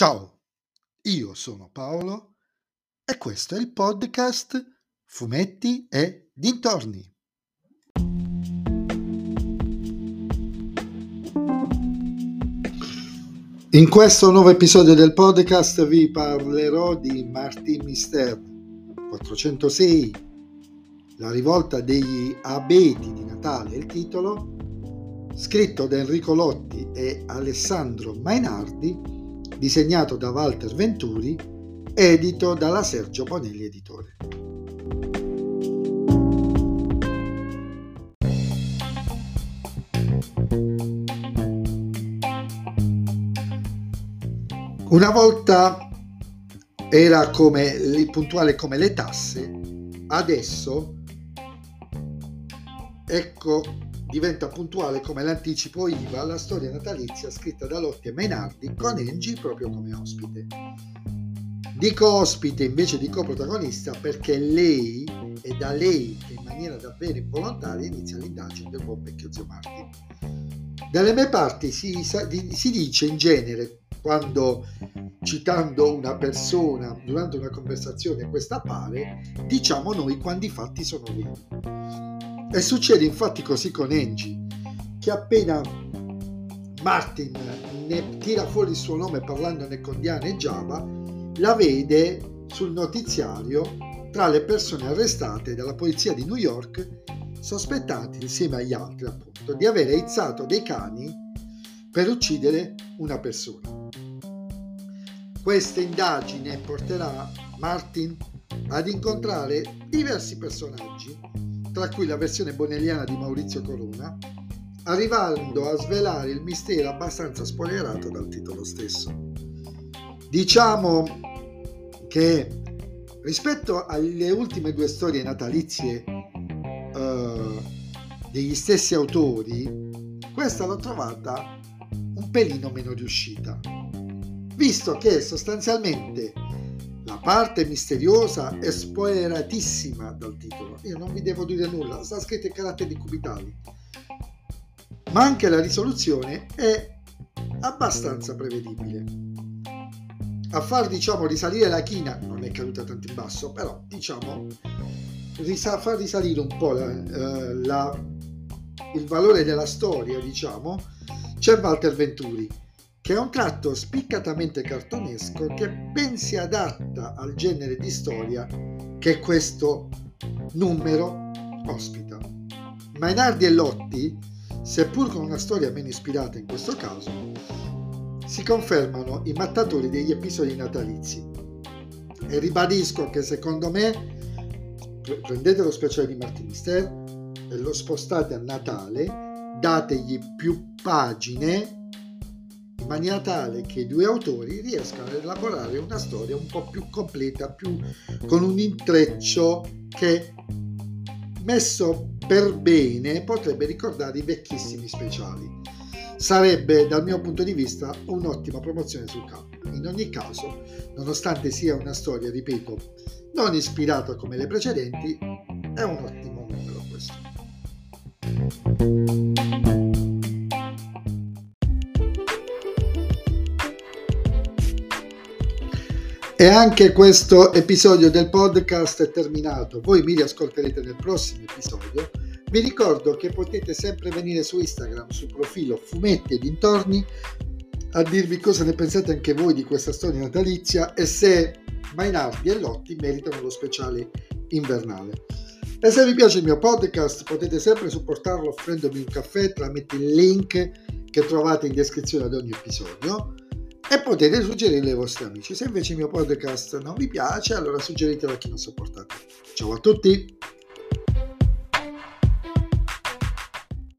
Ciao, io sono Paolo e questo è il podcast Fumetti e Dintorni. In questo nuovo episodio del podcast vi parlerò di Martin Mister 406, La rivolta degli abeti di Natale, il titolo, scritto da Enrico Lotti e Alessandro Mainardi, disegnato da Walter Venturi, edito dalla Sergio Bonelli Editore. Una volta era puntuale come le tasse, adesso diventa puntuale come l'anticipo IVA, la storia natalizia scritta da Lotti e Mainardi con Angie proprio come ospite. Dico ospite invece di coprotagonista perché è da lei che in maniera davvero involontaria inizia l'indagine del buon vecchio zio Martin. Dalle mie parti si dice in genere, quando citando una persona durante una conversazione questa appare, diciamo noi quando i fatti sono veri. E succede infatti così con Angie, che appena Martin ne tira fuori il suo nome parlandone con Diana e Java, la vede sul notiziario tra le persone arrestate dalla polizia di New York, sospettate insieme agli altri appunto di aver aizzato dei cani per uccidere una persona. Questa indagine porterà Martin ad incontrare diversi personaggi, tra cui la versione bonelliana di Maurizio Corona, arrivando a svelare il mistero abbastanza spoilerato dal titolo stesso. Diciamo che rispetto alle ultime due storie natalizie degli stessi autori, questa l'ho trovata un pelino meno riuscita, visto che sostanzialmente la parte misteriosa è spoileratissima dal titolo. Io non vi devo dire nulla, sta scritto in caratteri cubitali, ma anche la risoluzione è abbastanza prevedibile. A far risalire la china, non è caduta tanto in basso, però far risalire un po' il valore della storia, c'è Walter Venturi, che è un tratto spiccatamente cartonesco che ben si adatta al genere di storia che questo numero ospita. Mainardi e Lotti, seppur con una storia meno ispirata in questo caso, si confermano i mattatori degli episodi natalizi. E ribadisco che secondo me prendete lo speciale di Martin Mister e lo spostate a Natale, dategli più pagine in maniera tale che i due autori riescano ad elaborare una storia un po' più completa, con un intreccio che, messo per bene, potrebbe ricordare i vecchissimi speciali. Sarebbe, dal mio punto di vista, un'ottima promozione sul campo. In ogni caso, nonostante sia una storia, ripeto, non ispirata come le precedenti, è un ottimo numero questo. E anche questo episodio del podcast è terminato. Voi mi riascolterete nel prossimo episodio. Vi ricordo che potete sempre venire su Instagram, sul profilo Fumetti e Dintorni, a dirvi cosa ne pensate anche voi di questa storia natalizia e se Mainardi e Lotti meritano lo speciale invernale. E se vi piace il mio podcast potete sempre supportarlo offrendomi un caffè tramite il link che trovate in descrizione ad ogni episodio e potete suggerirlo ai vostri amici. Se invece il mio podcast non vi piace, allora suggeritelo a chi non sopportate. Ciao a tutti!